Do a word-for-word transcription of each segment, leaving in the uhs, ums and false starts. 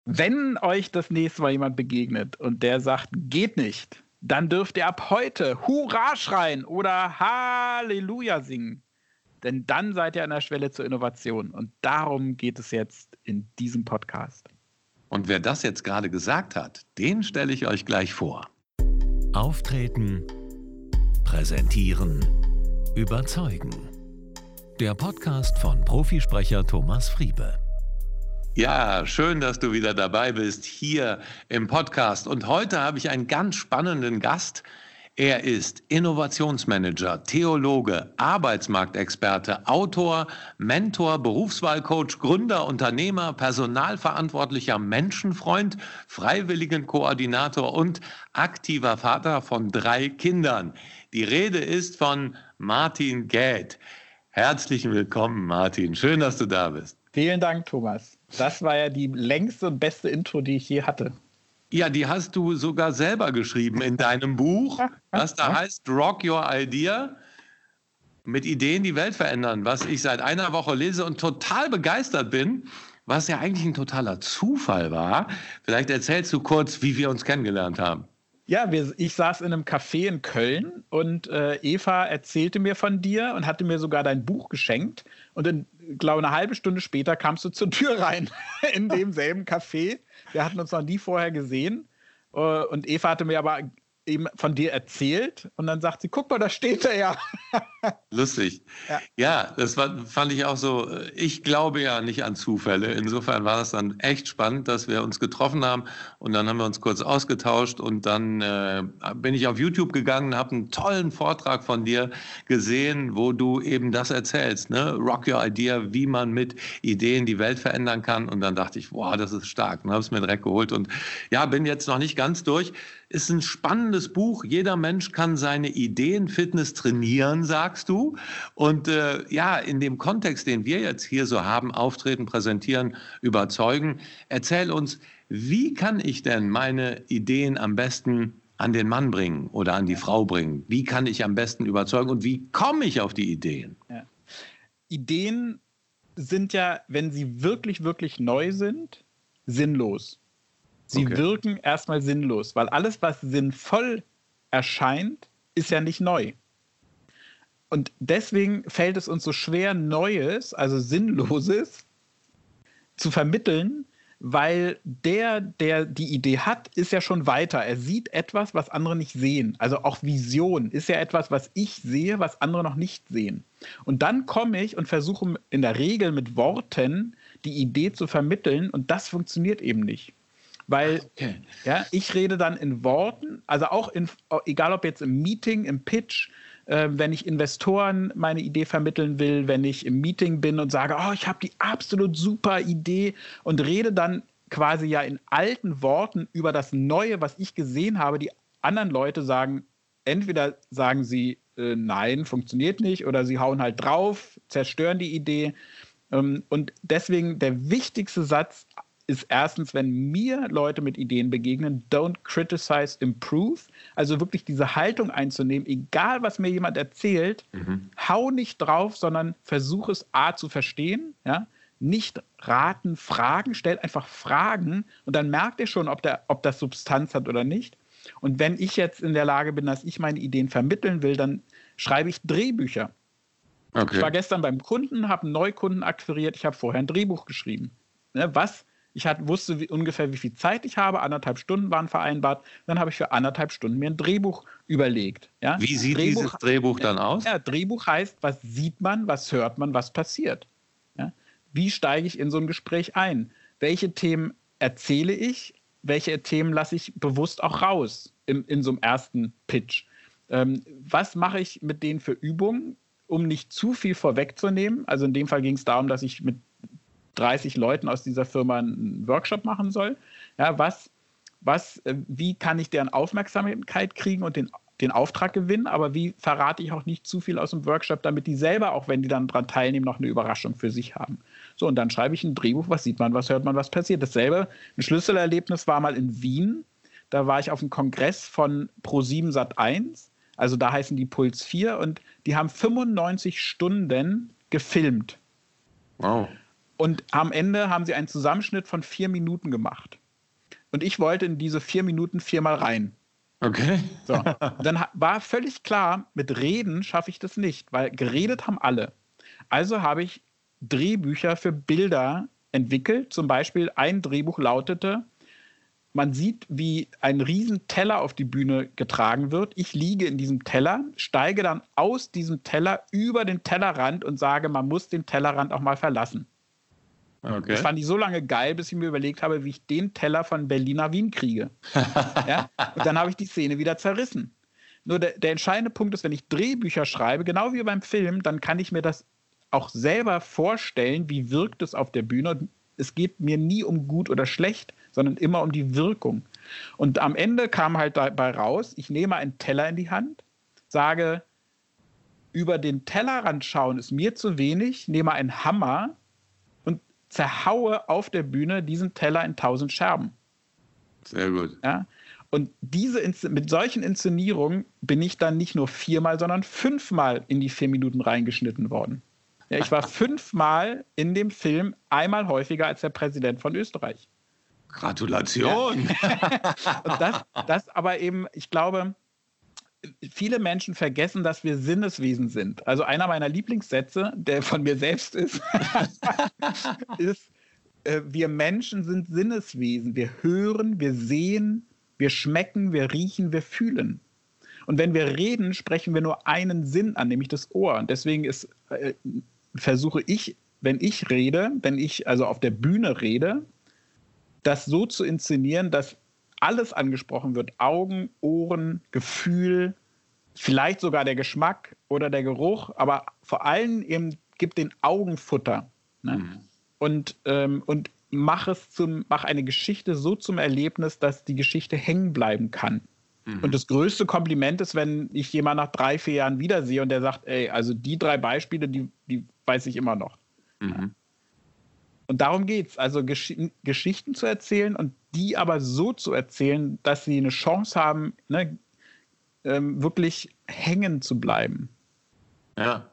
Wenn euch das nächste Mal jemand begegnet und der sagt, geht nicht, dann dürft ihr ab heute Hurra schreien oder Halleluja singen. Denn dann seid ihr an der Schwelle zur Innovation. Und darum geht es jetzt in diesem Podcast. Und wer das jetzt gerade gesagt hat, den stelle ich euch gleich vor. Auftreten, präsentieren, überzeugen. Der Podcast von Profisprecher Thomas Friebe. Ja, schön, dass du wieder dabei bist hier im Podcast. Und heute habe ich einen ganz spannenden Gast. Er ist Innovationsmanager, Theologe, Arbeitsmarktexperte, Autor, Mentor, Berufswahlcoach, Gründer, Unternehmer, Personalverantwortlicher, Menschenfreund, Freiwilligenkoordinator und aktiver Vater von drei Kindern. Die Rede ist von Martin Gaeth. Herzlich willkommen, Martin. Schön, dass du da bist. Vielen Dank, Thomas. Das war ja die längste und beste Intro, die ich je hatte. Ja, die hast du sogar selber geschrieben in deinem Buch, das da heißt Rock Your Idea, mit Ideen die Welt verändern, was ich seit einer Woche lese und total begeistert bin, was ja eigentlich ein totaler Zufall war. Vielleicht erzählst du kurz, wie wir uns kennengelernt haben. Ja, wir, ich saß in einem Café in Köln und äh, Eva erzählte mir von dir und hatte mir sogar dein Buch geschenkt. Und in, glaube eine halbe Stunde später kamst du zur Tür rein in demselben Café. Wir hatten uns noch nie vorher gesehen. Äh, und Eva hatte mir aber eben von dir erzählt. Und dann sagt sie, guck mal, da steht er ja. Lustig. Ja, ja, das war, fand ich auch so. Ich glaube ja nicht an Zufälle. Insofern war es dann echt spannend, dass wir uns getroffen haben. Und dann haben wir uns kurz ausgetauscht. Und dann äh, bin ich auf YouTube gegangen, habe einen tollen Vortrag von dir gesehen, wo du eben das erzählst, ne? Rock Your Idea, wie man mit Ideen die Welt verändern kann. Und dann dachte ich, wow, das ist stark. Und habe es mir direkt geholt. Und ja, bin jetzt noch nicht ganz durch. Ist ein spannendes Buch. Jeder Mensch kann seine Ideenfitness trainieren, sagst du. Und äh, ja, in dem Kontext, den wir jetzt hier so haben, auftreten, präsentieren, überzeugen, erzähl uns, wie kann ich denn meine Ideen am besten an den Mann bringen oder an die Frau bringen? Wie kann ich am besten überzeugen und wie komme ich auf die Ideen? Ja. Ideen sind ja, wenn sie wirklich, wirklich neu sind, sinnlos. Sie okay. wirken erstmal sinnlos, weil alles, was sinnvoll erscheint, ist ja nicht neu. Und deswegen fällt es uns so schwer, Neues, also Sinnloses, zu vermitteln, weil der, der die Idee hat, ist ja schon weiter. Er sieht etwas, was andere nicht sehen. Also auch Vision ist ja etwas, was ich sehe, was andere noch nicht sehen. Und dann komme ich und versuche in der Regel mit Worten die Idee zu vermitteln und das funktioniert eben nicht. Weil okay. ja, ich rede dann in Worten, also auch in, egal ob jetzt im Meeting, im Pitch, äh, wenn ich Investoren meine Idee vermitteln will, wenn ich im Meeting bin und sage, oh, ich habe die absolut super Idee und rede dann quasi ja in alten Worten über das Neue, was ich gesehen habe. Die anderen Leute sagen, entweder sagen sie, äh, nein, funktioniert nicht, oder sie hauen halt drauf, zerstören die Idee. Ähm, und deswegen der wichtigste Satz ist erstens, wenn mir Leute mit Ideen begegnen, don't criticize, improve. Also wirklich diese Haltung einzunehmen, egal was mir jemand erzählt, mhm. hau nicht drauf, sondern versuche es A zu verstehen, ja? Nicht raten, fragen, stellt einfach Fragen und dann merkt ihr schon, ob, der, ob das Substanz hat oder nicht. Und wenn ich jetzt in der Lage bin, dass ich meine Ideen vermitteln will, dann schreibe ich Drehbücher. Okay. Ich war gestern beim Kunden, habe einen Neukunden akquiriert, ich habe vorher ein Drehbuch geschrieben. Ne, was Ich hat, wusste wie, ungefähr, wie viel Zeit ich habe. Anderthalb Stunden waren vereinbart. Dann habe ich für anderthalb Stunden mir ein Drehbuch überlegt. Ja? Wie sieht Drehbuch, dieses Drehbuch dann aus? Ja, Drehbuch heißt, was sieht man, was hört man, was passiert. Ja? Wie steige ich in so ein Gespräch ein? Welche Themen erzähle ich? Welche Themen lasse ich bewusst auch raus in, in so einem ersten Pitch? Ähm, was mache ich mit denen für Übungen, um nicht zu viel vorwegzunehmen? Also in dem Fall ging es darum, dass ich mit dreißig Leuten aus dieser Firma einen Workshop machen soll. Ja, was, was, wie kann ich deren Aufmerksamkeit kriegen und den, den Auftrag gewinnen, aber wie verrate ich auch nicht zu viel aus dem Workshop, damit die selber, auch wenn die dann daran teilnehmen, noch eine Überraschung für sich haben. So, und dann schreibe ich ein Drehbuch, was sieht man, was hört man, was passiert. Dasselbe, ein Schlüsselerlebnis war mal in Wien, da war ich auf einem Kongress von ProSieben Sat eins, also da heißen die Puls vier und die haben fünfundneunzig Stunden gefilmt. Wow. Und am Ende haben sie einen Zusammenschnitt von vier Minuten gemacht. Und ich wollte in diese vier Minuten viermal rein. Okay. So. Dann war völlig klar, mit Reden schaffe ich das nicht, weil geredet haben alle. Also habe ich Drehbücher für Bilder entwickelt. Zum Beispiel ein Drehbuch lautete: Man sieht, wie ein riesen Teller auf die Bühne getragen wird. Ich liege in diesem Teller, steige dann aus diesem Teller über den Tellerrand und sage, man muss den Tellerrand auch mal verlassen. Okay. Das fand ich so lange geil, bis ich mir überlegt habe, wie ich den Teller von Berlin nach Wien kriege. Ja? Und dann habe ich die Szene wieder zerrissen. Nur der, der entscheidende Punkt ist, wenn ich Drehbücher schreibe, genau wie beim Film, dann kann ich mir das auch selber vorstellen, wie wirkt es auf der Bühne. Es geht mir nie um gut oder schlecht, sondern immer um die Wirkung. Und am Ende kam halt dabei raus, ich nehme einen Teller in die Hand, sage, über den Tellerrand schauen ist mir zu wenig, nehme einen Hammer und zerhaue auf der Bühne diesen Teller in tausend Scherben. Sehr gut. Ja? Und diese, mit solchen Inszenierungen bin ich dann nicht nur viermal, sondern fünfmal in die vier Minuten reingeschnitten worden. Ja, ich war fünfmal in dem Film, einmal häufiger als der Präsident von Österreich. Gratulation! Ja. Und das, das aber eben, ich glaube, viele Menschen vergessen, dass wir Sinneswesen sind. Also einer meiner Lieblingssätze, der von mir selbst ist, ist, äh, wir Menschen sind Sinneswesen. Wir hören, wir sehen, wir schmecken, wir riechen, wir fühlen. Und wenn wir reden, sprechen wir nur einen Sinn an, nämlich das Ohr. Und deswegen ist, äh, versuche ich, wenn ich rede, wenn ich also auf der Bühne rede, das so zu inszenieren, dass alles angesprochen wird. Augen, Ohren, Gefühl, vielleicht sogar der Geschmack oder der Geruch, aber vor allem eben gibt den Augen Futter. Ne? Mhm. Und, ähm, und mach, es zum, mach eine Geschichte so zum Erlebnis, dass die Geschichte hängen bleiben kann. Mhm. Und das größte Kompliment ist, wenn ich jemanden nach drei, vier Jahren wiedersehe und der sagt, ey, also die drei Beispiele, die, die weiß ich immer noch. Mhm. Ja. Und darum geht es, also Gesch Geschichten zu erzählen und die aber so zu erzählen, dass sie eine Chance haben, ne, ähm, wirklich hängen zu bleiben. Ja.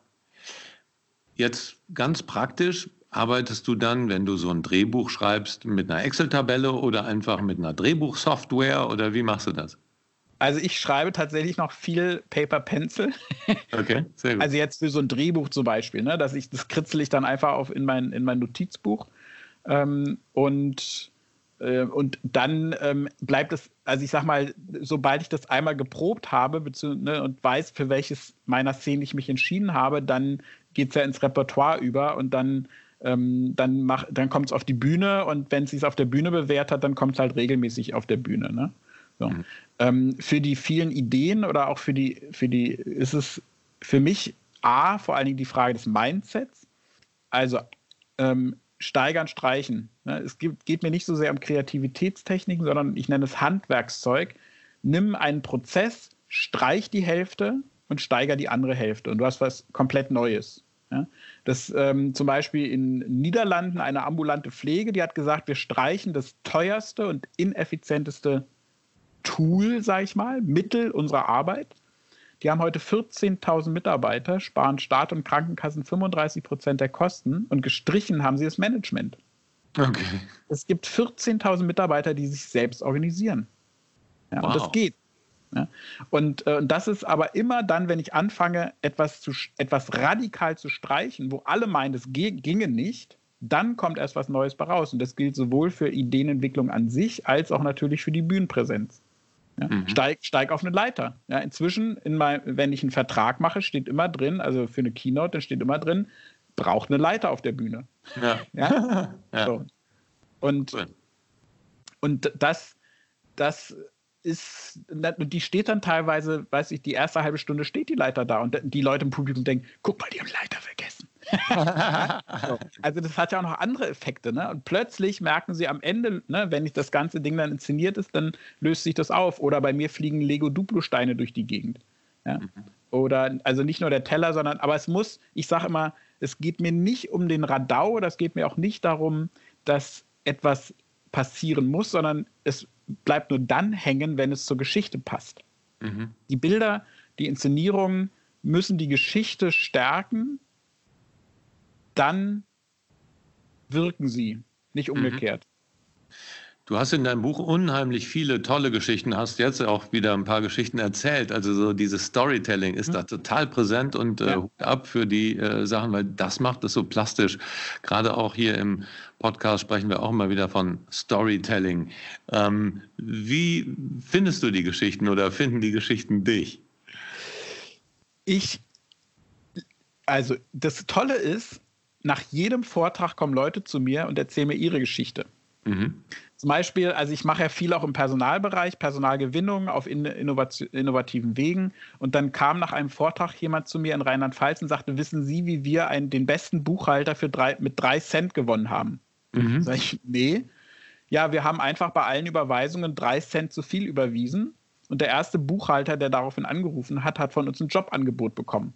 Jetzt ganz praktisch, arbeitest du dann, wenn du so ein Drehbuch schreibst, mit einer Excel-Tabelle oder einfach mit einer Drehbuchsoftware oder wie machst du das? Also ich schreibe tatsächlich noch viel Paper Pencil. Okay, sehr gut. Also jetzt für so ein Drehbuch zum Beispiel, ne, dass ich, das kritzel ich dann einfach auf in mein, in mein Notizbuch. Ähm, und, äh, und dann ähm, bleibt es, also ich sag mal, sobald ich das einmal geprobt habe ne, und weiß, für welches meiner Szenen ich mich entschieden habe, dann geht es ja ins Repertoire über und dann, ähm, dann, mach, dann kommt es auf die Bühne und wenn es sich auf der Bühne bewährt hat, dann kommt es halt regelmäßig auf der Bühne. Ne? So. Mhm. Ähm, für die vielen Ideen oder auch für die, für die, ist es für mich A, vor allen Dingen die Frage des Mindsets, also ähm, steigern, streichen. Ne? Es gibt, geht mir nicht so sehr um Kreativitätstechniken, sondern ich nenne es Handwerkszeug. Nimm einen Prozess, streich die Hälfte und steiger die andere Hälfte und du hast was komplett Neues. Ja? Das ähm, zum Beispiel in Niederlanden eine ambulante Pflege, die hat gesagt, wir streichen das teuerste und ineffizienteste Tool, sage ich mal, Mittel unserer Arbeit. Die haben heute vierzehntausend Mitarbeiter, sparen Staat und Krankenkassen fünfunddreißig Prozent der Kosten und gestrichen haben sie das Management. Okay. Es gibt vierzehntausend Mitarbeiter, die sich selbst organisieren. Ja, wow. Und das geht. Ja. Und äh, das ist aber immer dann, wenn ich anfange, etwas, zu, etwas radikal zu streichen, wo alle meinen, das ginge nicht, dann kommt erst was Neues bei raus. Und das gilt sowohl für Ideenentwicklung an sich, als auch natürlich für die Bühnenpräsenz. Ja, mhm. steig, steig auf eine Leiter. Ja, inzwischen, in mein, wenn ich einen Vertrag mache, steht immer drin, also für eine Keynote, dann steht immer drin, braucht eine Leiter auf der Bühne. Ja. Ja? Ja. So. Und, cool. und das, das ist, die steht dann teilweise, weiß ich, die erste halbe Stunde steht die Leiter da und die Leute im Publikum denken, guck mal, die haben Leiter vergessen. So. Also das hat ja auch noch andere Effekte, ne? Und plötzlich merken sie am Ende, ne, wenn ich das ganze Ding dann inszeniert ist, dann löst sich das auf. Oder bei mir fliegen Lego-Duplo-Steine durch die Gegend. Ja? Mhm. Oder also nicht nur der Teller, sondern, aber es muss, ich sage immer, es geht mir nicht um den Radau, oder es geht mir auch nicht darum, dass etwas passieren muss, sondern es bleibt nur dann hängen, wenn es zur Geschichte passt. Mhm. Die Bilder, die Inszenierungen müssen die Geschichte stärken, dann wirken sie, nicht umgekehrt. Du hast in deinem Buch unheimlich viele tolle Geschichten, hast jetzt auch wieder ein paar Geschichten erzählt. Also so dieses Storytelling ist mhm. da total präsent und äh, Hut ab für die äh, Sachen, weil das macht es so plastisch. Gerade auch hier im Podcast sprechen wir auch immer wieder von Storytelling. Ähm, wie findest du die Geschichten oder finden die Geschichten dich? Ich, also das Tolle ist, nach jedem Vortrag kommen Leute zu mir und erzählen mir ihre Geschichte. Mhm. Zum Beispiel, also ich mache ja viel auch im Personalbereich, Personalgewinnung auf innovativen Wegen. Und dann kam nach einem Vortrag jemand zu mir in Rheinland-Pfalz und sagte, wissen Sie, wie wir einen, den besten Buchhalter für drei, mit drei Cent gewonnen haben? Mhm. Sag ich, nee. Ja, wir haben einfach bei allen Überweisungen drei Cent zu viel überwiesen. Und der erste Buchhalter, der daraufhin angerufen hat, hat von uns ein Jobangebot bekommen.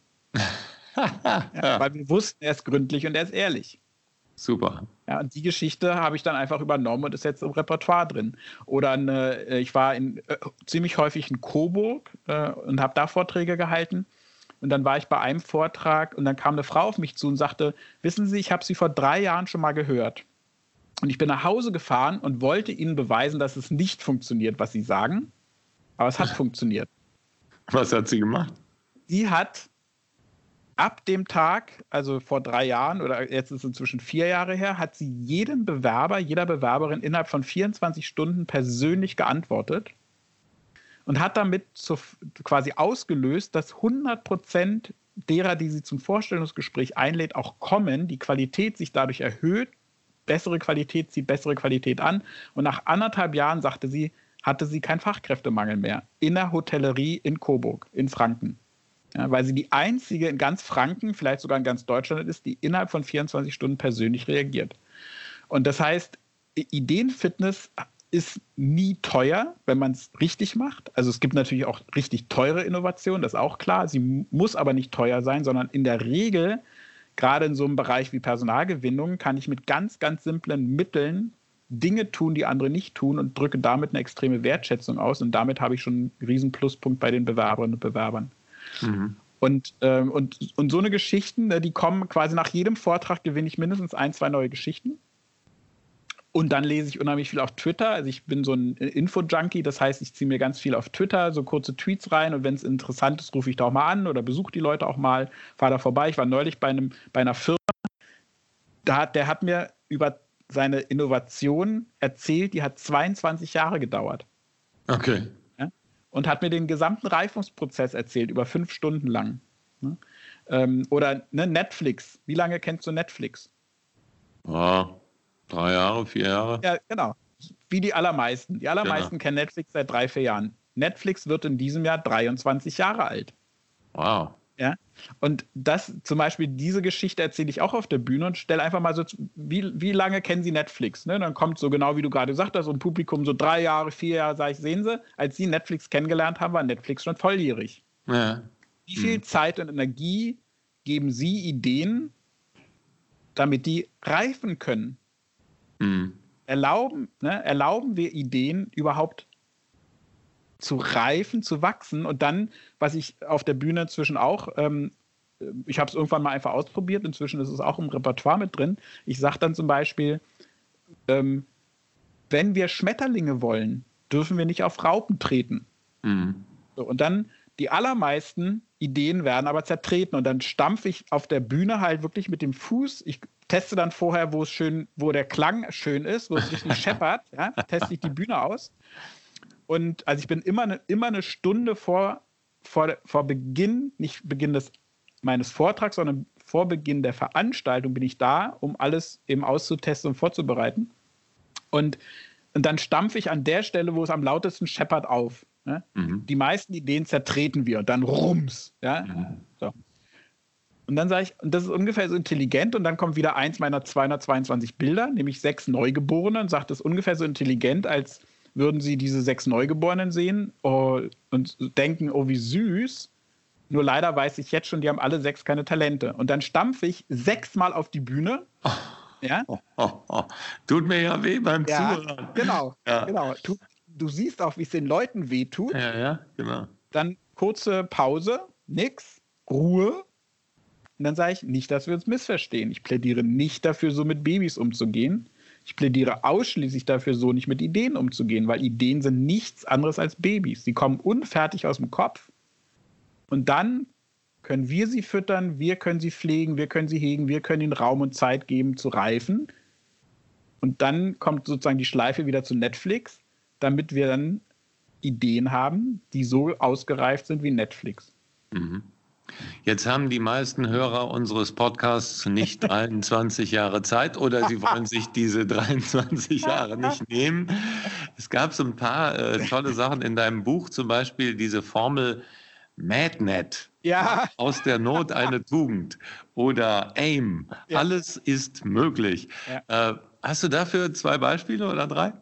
ja, weil wir wussten, er ist gründlich und er ist ehrlich. Super. Ja, und die Geschichte habe ich dann einfach übernommen und ist jetzt im Repertoire drin. Oder eine, ich war in, äh, ziemlich häufig in Coburg äh, und habe da Vorträge gehalten. Und dann war ich bei einem Vortrag und dann kam eine Frau auf mich zu und sagte, wissen Sie, ich habe Sie vor drei Jahren schon mal gehört. Und ich bin nach Hause gefahren und wollte Ihnen beweisen, dass es nicht funktioniert, was Sie sagen. Aber es hat funktioniert. Was hat sie gemacht? Sie hat ab dem Tag, also vor drei Jahren oder jetzt ist es inzwischen vier Jahre her, hat sie jedem Bewerber, jeder Bewerberin innerhalb von vierundzwanzig Stunden persönlich geantwortet und hat damit zu, quasi ausgelöst, dass hundert Prozent derer, die sie zum Vorstellungsgespräch einlädt, auch kommen, die Qualität sich dadurch erhöht, bessere Qualität zieht bessere Qualität an und nach anderthalb Jahren, sagte sie, hatte sie keinen Fachkräftemangel mehr in der Hotellerie in Coburg, in Franken. Ja, weil sie die einzige in ganz Franken, vielleicht sogar in ganz Deutschland ist, die innerhalb von vierundzwanzig Stunden persönlich reagiert. Und das heißt, Ideenfitness ist nie teuer, wenn man es richtig macht. Also es gibt natürlich auch richtig teure Innovationen, das ist auch klar. Sie muss aber nicht teuer sein, sondern in der Regel, gerade in so einem Bereich wie Personalgewinnung, kann ich mit ganz, ganz simplen Mitteln Dinge tun, die andere nicht tun und drücke damit eine extreme Wertschätzung aus. Und damit habe ich schon einen riesen Pluspunkt bei den Bewerberinnen und Bewerbern. Mhm. Und, ähm, und, und so eine Geschichten, die kommen quasi nach jedem Vortrag, gewinne ich mindestens ein, zwei neue Geschichten. Und dann lese ich unheimlich viel auf Twitter. Also ich bin so ein Info-Junkie, das heißt, ich ziehe mir ganz viel auf Twitter so kurze Tweets rein und wenn es interessant ist, rufe ich da auch mal an oder besuche die Leute auch mal, fahre da vorbei. Ich war neulich bei, einem, bei einer Firma, da hat, der hat mir über seine Innovation erzählt, die hat zweiundzwanzig Jahre gedauert. Okay. Und hat mir den gesamten Reifungsprozess erzählt, über fünf Stunden lang. Ne? Ähm, oder ne, Netflix. Wie lange kennst du Netflix? Ja, drei Jahre, vier Jahre. Ja, genau. Wie die allermeisten. Die allermeisten genau. kennen Netflix seit drei, vier Jahren. Netflix wird in diesem Jahr dreiundzwanzig Jahre alt. Wow. Ja? Und das, zum Beispiel diese Geschichte erzähle ich auch auf der Bühne und stelle einfach mal so, wie, wie lange kennen Sie Netflix? Ne? Dann kommt so genau, wie du gerade gesagt hast, so ein Publikum, so drei Jahre, vier Jahre, sage ich, sehen Sie, als Sie Netflix kennengelernt haben, war Netflix schon volljährig. Ja. Wie viel hm. Zeit und Energie geben Sie Ideen, damit die reifen können? Hm. Erlauben, ne? Erlauben wir Ideen überhaupt zu reifen, zu wachsen und dann, was ich auf der Bühne inzwischen auch, ähm, ich habe es irgendwann mal einfach ausprobiert, inzwischen ist es auch im Repertoire mit drin, ich sage dann zum Beispiel, ähm, wenn wir Schmetterlinge wollen, dürfen wir nicht auf Raupen treten. Mhm. So, und dann die allermeisten Ideen werden aber zertreten und dann stampfe ich auf der Bühne halt wirklich mit dem Fuß, ich teste dann vorher, wo es schön, wo der Klang schön ist, wo es richtig scheppert, ja, teste ich die Bühne aus. Und also ich bin immer eine, immer eine Stunde vor, vor, vor Beginn, nicht Beginn des, meines Vortrags, sondern vor Beginn der Veranstaltung bin ich da, um alles eben auszutesten und vorzubereiten. Und, und dann stampfe ich an der Stelle, wo es am lautesten scheppert, auf. Ne? Mhm. Die meisten Ideen zertreten wir und dann rums. Ja? Mhm. So. Und dann sage ich, und das ist ungefähr so intelligent und dann kommt wieder eins meiner zweihundertzweiundzwanzig Bilder, nämlich sechs Neugeborene und sagt, das ist ungefähr so intelligent, als würden sie diese sechs Neugeborenen sehen oh, und denken, oh wie süß, nur leider weiß ich jetzt schon, die haben alle sechs keine Talente. Und dann stampfe ich sechsmal auf die Bühne. Oh, ja? oh, oh, oh. Tut mir ja weh beim ja, Zuhören. Genau, ja. genau. Du, du siehst auch, wie es den Leuten weh tut. Ja, ja, genau. Dann kurze Pause, nix, Ruhe. Und dann sage ich, nicht, dass wir uns missverstehen. Ich plädiere nicht dafür, so mit Babys umzugehen. Ich plädiere ausschließlich dafür, so nicht mit Ideen umzugehen, weil Ideen sind nichts anderes als Babys. Sie kommen unfertig aus dem Kopf und dann können wir sie füttern, wir können sie pflegen, wir können sie hegen, wir können ihnen Raum und Zeit geben zu reifen. Und dann kommt sozusagen die Schleife wieder zu Netflix, damit wir dann Ideen haben, die so ausgereift sind wie Netflix. Mhm. Jetzt haben die meisten Hörer unseres Podcasts nicht dreiundzwanzig Jahre Zeit oder sie wollen sich diese dreiundzwanzig Jahre nicht nehmen. Es gab so ein paar äh, tolle Sachen in deinem Buch, zum Beispiel diese Formel MadNet. Ja. Aus der Not eine Tugend oder AIM. Ja. Alles ist möglich. Ja. Äh, hast du dafür zwei Beispiele oder drei?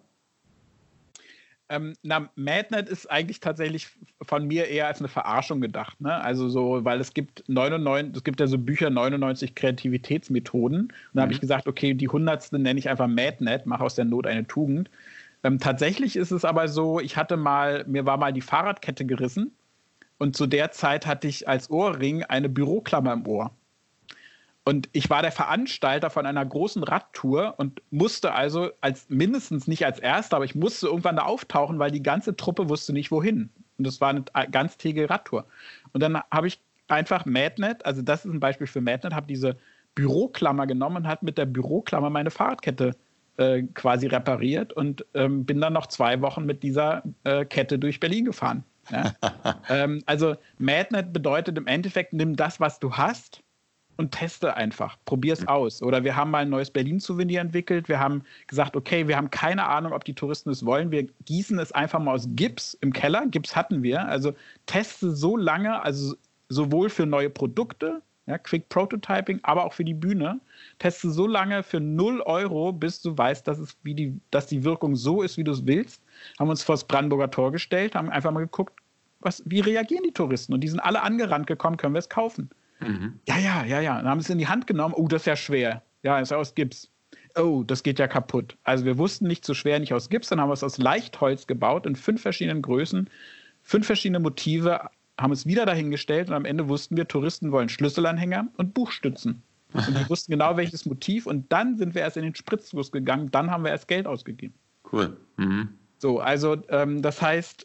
Ähm, na, MadNet ist eigentlich tatsächlich von mir eher als eine Verarschung gedacht, ne? Also so, weil es gibt neunundneunzig, es gibt ja so Bücher neunundneunzig Kreativitätsmethoden. Und da mhm. habe ich gesagt, okay, die hundertste nenne ich einfach MadNet, mache aus der Not eine Tugend. Ähm, tatsächlich ist es aber so, ich hatte mal, mir war mal die Fahrradkette gerissen und zu der Zeit hatte ich als Ohrring eine Büroklammer im Ohr. Und ich war der Veranstalter von einer großen Radtour und musste also als mindestens nicht als Erster, aber ich musste irgendwann da auftauchen, weil die ganze Truppe wusste nicht, wohin. Und das war eine ganztägige Radtour. Und dann habe ich einfach MadNet, also das ist ein Beispiel für MadNet, habe diese Büroklammer genommen und habe mit der Büroklammer meine Fahrradkette äh, quasi repariert und ähm, bin dann noch zwei Wochen mit dieser äh, Kette durch Berlin gefahren. Ja? ähm, also MadNet bedeutet im Endeffekt, nimm das, was du hast, und teste einfach, probier es aus. Oder wir haben mal ein neues Berlin-Souvenir entwickelt. Wir haben gesagt, okay, wir haben keine Ahnung, ob die Touristen es wollen. Wir gießen es einfach mal aus Gips im Keller. Gips hatten wir. Also teste so lange, also sowohl für neue Produkte, ja, Quick Prototyping, aber auch für die Bühne. Teste so lange für null Euro, bis du weißt, dass, es wie die, dass die Wirkung so ist, wie du es willst. Haben uns vor das Brandenburger Tor gestellt, haben einfach mal geguckt, was, wie reagieren die Touristen. Und die sind alle angerannt gekommen, können wir es kaufen. Mhm. Ja, ja, ja, ja. Dann haben sie es in die Hand genommen. Oh, das ist ja schwer. Ja, ist ja aus Gips. Oh, das geht ja kaputt. Also wir wussten nicht so schwer, nicht aus Gips. Dann haben wir es aus Leichtholz gebaut in fünf verschiedenen Größen, fünf verschiedene Motive, haben es wieder dahingestellt und am Ende wussten wir, Touristen wollen Schlüsselanhänger und Buchstützen. Und die wussten genau, welches Motiv. Und dann sind wir erst in den Spritzguss gegangen. Dann haben wir erst Geld ausgegeben. Cool. Mhm. So, also ähm, das heißt,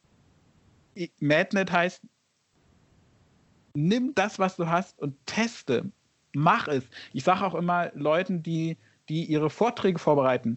MadNet heißt, nimm das, was du hast und teste. Mach es. Ich sage auch immer Leuten, die, die ihre Vorträge vorbereiten,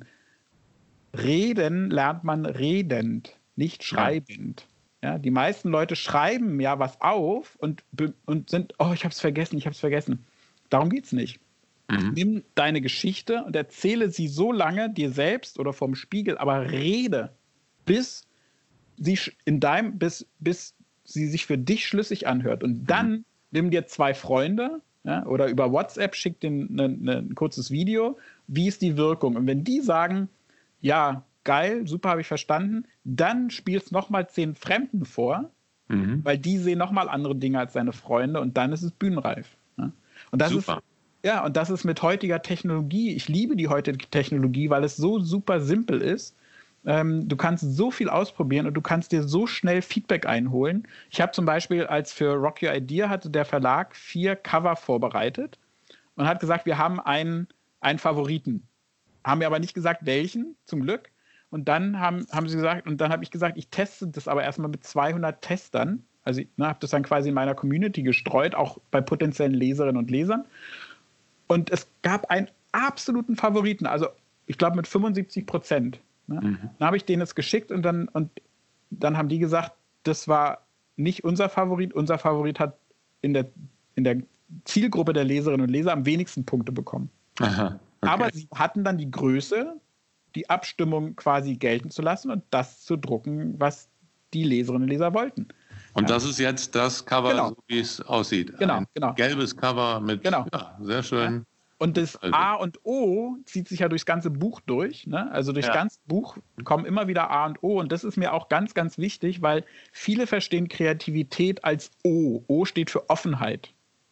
reden lernt man redend, nicht schreibend. Ja, die meisten Leute schreiben ja was auf und, und sind, oh, ich habe es vergessen, ich habe es vergessen. Darum geht es nicht. Mhm. Nimm deine Geschichte und erzähle sie so lange dir selbst oder vom Spiegel, aber rede, bis sie in deinem, bis, bis sie sich für dich schlüssig anhört. Und dann mhm. nimm dir zwei Freunde, ja, oder über WhatsApp schick denen ne, ne, ein kurzes Video, wie ist die Wirkung? Und wenn die sagen, ja, geil, super, habe ich verstanden, dann spielst du nochmal zehn Fremden vor, mhm. weil die sehen nochmal andere Dinge als deine Freunde und dann ist es bühnenreif. Ja? Und das super. ist ja, und das ist mit heutiger Technologie, ich liebe die heutige Technologie, weil es so super simpel ist. Ähm, du kannst so viel ausprobieren und du kannst dir so schnell Feedback einholen. Ich habe zum Beispiel, als für Rock Your Idea hatte der Verlag vier Cover vorbereitet und hat gesagt, wir haben einen, einen Favoriten. Haben wir aber nicht gesagt, welchen, zum Glück. Und dann haben, haben sie gesagt, und dann habe ich gesagt, ich teste das aber erstmal mit zweihundert Testern. Also ich ne, habe das dann quasi in meiner Community gestreut, auch bei potenziellen Leserinnen und Lesern. Und es gab einen absoluten Favoriten, also ich glaube mit fünfundsiebzig Prozent. Ne? Mhm. Dann habe ich denen das geschickt und dann, und dann haben die gesagt, das war nicht unser Favorit. Unser Favorit hat in der, in der Zielgruppe der Leserinnen und Leser am wenigsten Punkte bekommen. Aha, okay. Aber sie hatten dann die Größe, die Abstimmung quasi gelten zu lassen und das zu drucken, was die Leserinnen und Leser wollten. Und ja. das ist jetzt das Cover, genau. so wie es aussieht. Genau, Ein genau. gelbes Cover mit, genau. ja, sehr schön. Ja. Und das also. A und O zieht sich ja durchs ganze Buch durch. Ne? Also durchs ja. ganze Buch kommen immer wieder A und O. Und das ist mir auch ganz, ganz wichtig, weil viele verstehen Kreativität als O. O steht für Offenheit.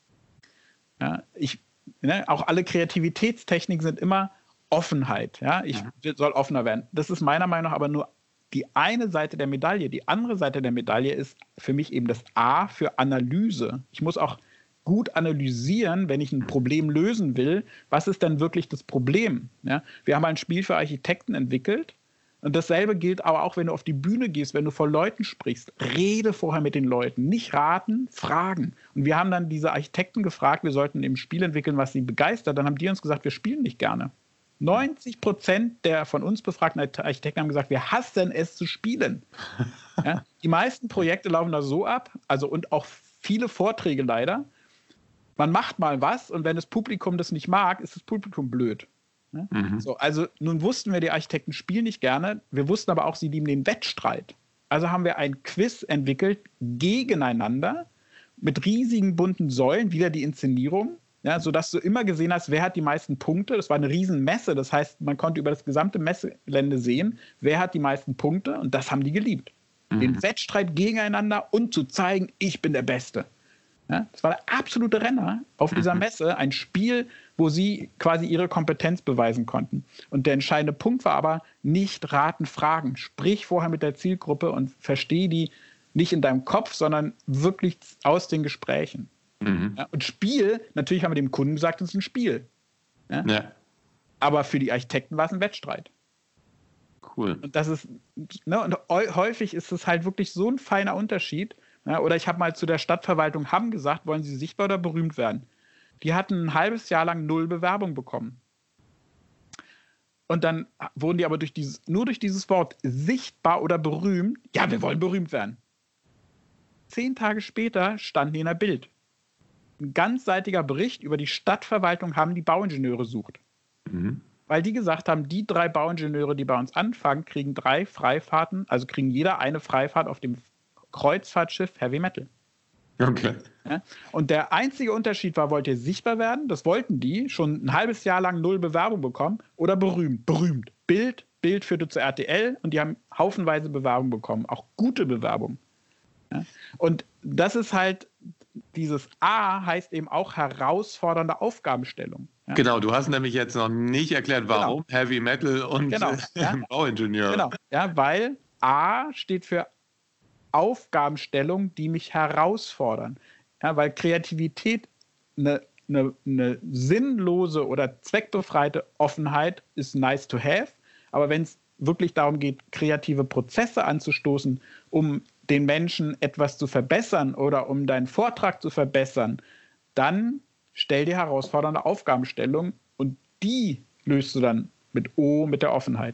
Ja, ich, ne, auch alle Kreativitätstechniken sind immer Offenheit. Ja? Ich ja. soll offener werden. Das ist meiner Meinung nach aber nur die eine Seite der Medaille. Die andere Seite der Medaille ist für mich eben das A für Analyse. Ich muss auch gut analysieren, wenn ich ein Problem lösen will, was ist denn wirklich das Problem? Ja? Wir haben ein Spiel für Architekten entwickelt und dasselbe gilt aber auch, wenn du auf die Bühne gehst, wenn du vor Leuten sprichst. Rede vorher mit den Leuten, nicht raten, fragen. Und wir haben dann diese Architekten gefragt, wir sollten im Spiel entwickeln, was sie begeistert. Dann haben die uns gesagt, wir spielen nicht gerne. neunzig Prozent der von uns befragten Architekten haben gesagt, wir hassen es zu spielen. Ja? Die meisten Projekte laufen da so ab, also und auch viele Vorträge leider. Man macht mal was und wenn das Publikum das nicht mag, ist das Publikum blöd. Ja? Mhm. So, also nun wussten wir, die Architekten spielen nicht gerne. Wir wussten aber auch, sie lieben den Wettstreit. Also haben wir ein Quiz entwickelt gegeneinander mit riesigen bunten Säulen, wieder die Inszenierung, ja, sodass du immer gesehen hast, wer hat die meisten Punkte. Das war eine riesen Messe. Das heißt, man konnte über das gesamte Messegelände sehen, wer hat die meisten Punkte und das haben die geliebt. Mhm. Den Wettstreit gegeneinander und zu zeigen, ich bin der Beste. Ja, das war der absolute Renner auf dieser Messe, ein Spiel, wo sie quasi ihre Kompetenz beweisen konnten. Und der entscheidende Punkt war aber, nicht raten, fragen. Sprich vorher mit der Zielgruppe und verstehe die nicht in deinem Kopf, sondern wirklich aus den Gesprächen. Mhm. Ja, und Spiel, natürlich haben wir dem Kunden gesagt, es ist ein Spiel. Ja? Ja. Aber für die Architekten war es ein Wettstreit. Cool. Und das ist, ne, und häufig ist es halt wirklich so ein feiner Unterschied. Ja, oder ich habe mal zu der Stadtverwaltung Hamm gesagt, wollen Sie sichtbar oder berühmt werden? Die hatten ein halbes Jahr lang null Bewerbung bekommen. Und dann wurden die aber durch dieses, nur durch dieses Wort sichtbar oder berühmt, ja, wir wollen berühmt werden. Zehn Tage später standen die in der Bild. Ein ganzseitiger Bericht über die Stadtverwaltung Hamm, die Bauingenieure sucht. Mhm. Weil die gesagt haben, die drei Bauingenieure, die bei uns anfangen, kriegen drei Freifahrten, also kriegen jeder eine Freifahrt auf dem Kreuzfahrtschiff Heavy Metal. Okay. Ja? Und der einzige Unterschied war, wollt ihr sichtbar werden? Das wollten die, schon ein halbes Jahr lang null Bewerbung bekommen. Oder berühmt? Berühmt. Bild, Bild führte zu R T L und die haben haufenweise Bewerbung bekommen. Auch gute Bewerbung. Ja? Und das ist halt, dieses A heißt eben auch herausfordernde Aufgabenstellung. Ja? Genau, du hast nämlich jetzt noch nicht erklärt, warum genau. Heavy Metal und genau. ja? Bauingenieur. Genau, ja, weil A steht für Aufgabenstellungen, die mich herausfordern. Ja, weil Kreativität eine, eine, eine sinnlose oder zweckbefreite Offenheit ist nice to have, aber wenn es wirklich darum geht, kreative Prozesse anzustoßen, um den Menschen etwas zu verbessern oder um deinen Vortrag zu verbessern, dann stell dir herausfordernde Aufgabenstellungen und die löst du dann mit O, mit der Offenheit.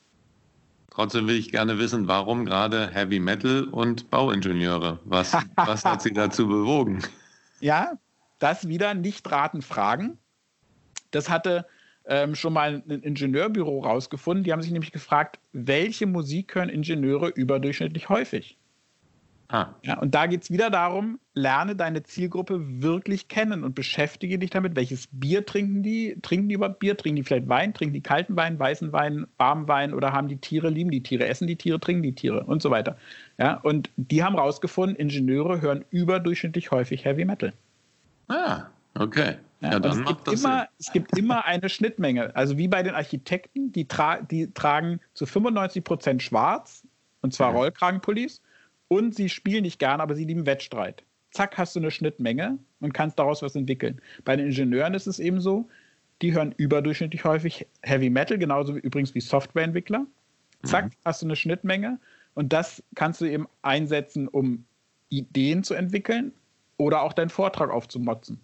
Trotzdem will ich gerne wissen, warum gerade Heavy Metal und Bauingenieure? Was, was hat sie dazu bewogen? Ja, das wieder nicht raten, fragen. Das hatte ähm, schon mal ein Ingenieurbüro rausgefunden. Die haben sich nämlich gefragt, welche Musik hören Ingenieure überdurchschnittlich häufig? Ah. Ja, und da geht es wieder darum, lerne deine Zielgruppe wirklich kennen und beschäftige dich damit, welches Bier trinken die? Trinken die überhaupt Bier? Trinken die vielleicht Wein? Trinken die kalten Wein, weißen Wein, warmen Wein oder haben die Tiere, lieben die Tiere, essen die Tiere, trinken die Tiere und so weiter. Ja, und die haben rausgefunden, Ingenieure hören überdurchschnittlich häufig Heavy Metal. Ah, okay. Ja, ja, dann es, gibt immer, es gibt immer eine Schnittmenge. Also wie bei den Architekten, die, tra- die tragen zu fünfundneunzig Prozent schwarz, und zwar ja. Rollkragenpullis. Und sie spielen nicht gern, aber sie lieben Wettstreit. Zack, hast du eine Schnittmenge und kannst daraus was entwickeln. Bei den Ingenieuren ist es eben so, die hören überdurchschnittlich häufig Heavy Metal, genauso wie, übrigens wie Softwareentwickler. Zack, mhm. hast du eine Schnittmenge und das kannst du eben einsetzen, um Ideen zu entwickeln oder auch deinen Vortrag aufzumotzen.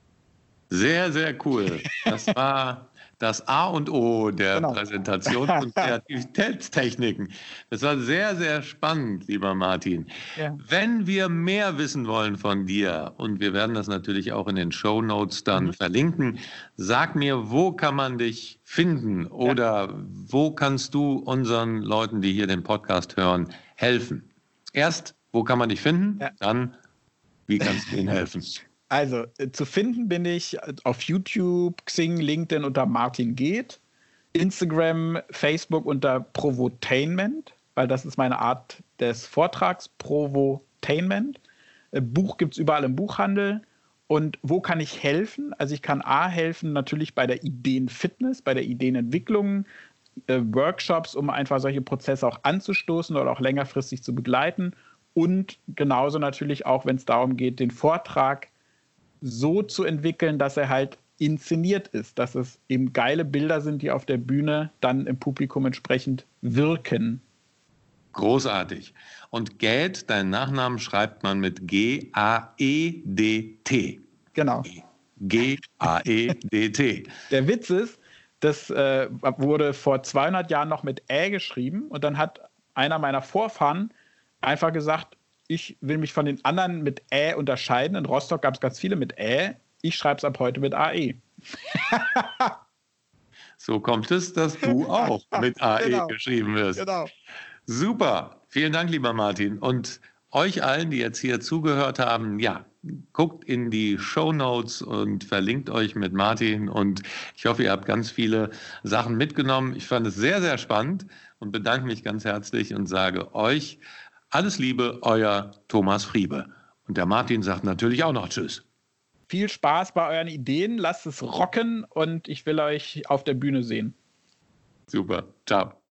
Sehr, sehr cool. Das war das A und O der genau. Präsentation von Kreativitätstechniken. Das war sehr, sehr spannend, lieber Martin. Ja. Wenn wir mehr wissen wollen von dir, und wir werden das natürlich auch in den Shownotes dann mhm. verlinken, sag mir, wo kann man dich finden oder ja. wo kannst du unseren Leuten, die hier den Podcast hören, helfen? Erst, wo kann man dich finden? Ja. Dann, wie kannst du ihnen helfen? Also, äh, zu finden bin ich auf YouTube, Xing, LinkedIn unter Martin Geht, Instagram, Facebook unter Provotainment, weil das ist meine Art des Vortrags, Provotainment. Äh, Buch gibt es überall im Buchhandel. Und wo kann ich helfen? Also ich kann A helfen natürlich bei der Ideenfitness, bei der Ideenentwicklung, äh, Workshops, um einfach solche Prozesse auch anzustoßen oder auch längerfristig zu begleiten. Und genauso natürlich auch, wenn es darum geht, den Vortrag so zu entwickeln, dass er halt inszeniert ist, dass es eben geile Bilder sind, die auf der Bühne dann im Publikum entsprechend wirken. Großartig. Und Gaed, deinen Nachnamen schreibt man mit G A E D T. Genau. G A E D T. Der Witz ist, das äh, wurde vor zweihundert Jahren noch mit Ä geschrieben und dann hat einer meiner Vorfahren einfach gesagt, ich will mich von den anderen mit Ä unterscheiden. In Rostock gab es ganz viele mit Ä. Ich schreibe es ab heute mit A E. So kommt es, dass du auch mit A E genau. geschrieben wirst. Genau. Super. Vielen Dank, lieber Martin. Und euch allen, die jetzt hier zugehört haben, ja, guckt in die Shownotes und verlinkt euch mit Martin. Und ich hoffe, ihr habt ganz viele Sachen mitgenommen. Ich fand es sehr, sehr spannend und bedanke mich ganz herzlich und sage euch alles Liebe, euer Thomas Friebe. Und der Martin sagt natürlich auch noch Tschüss. Viel Spaß bei euren Ideen, lasst es rocken und ich will euch auf der Bühne sehen. Super, ciao.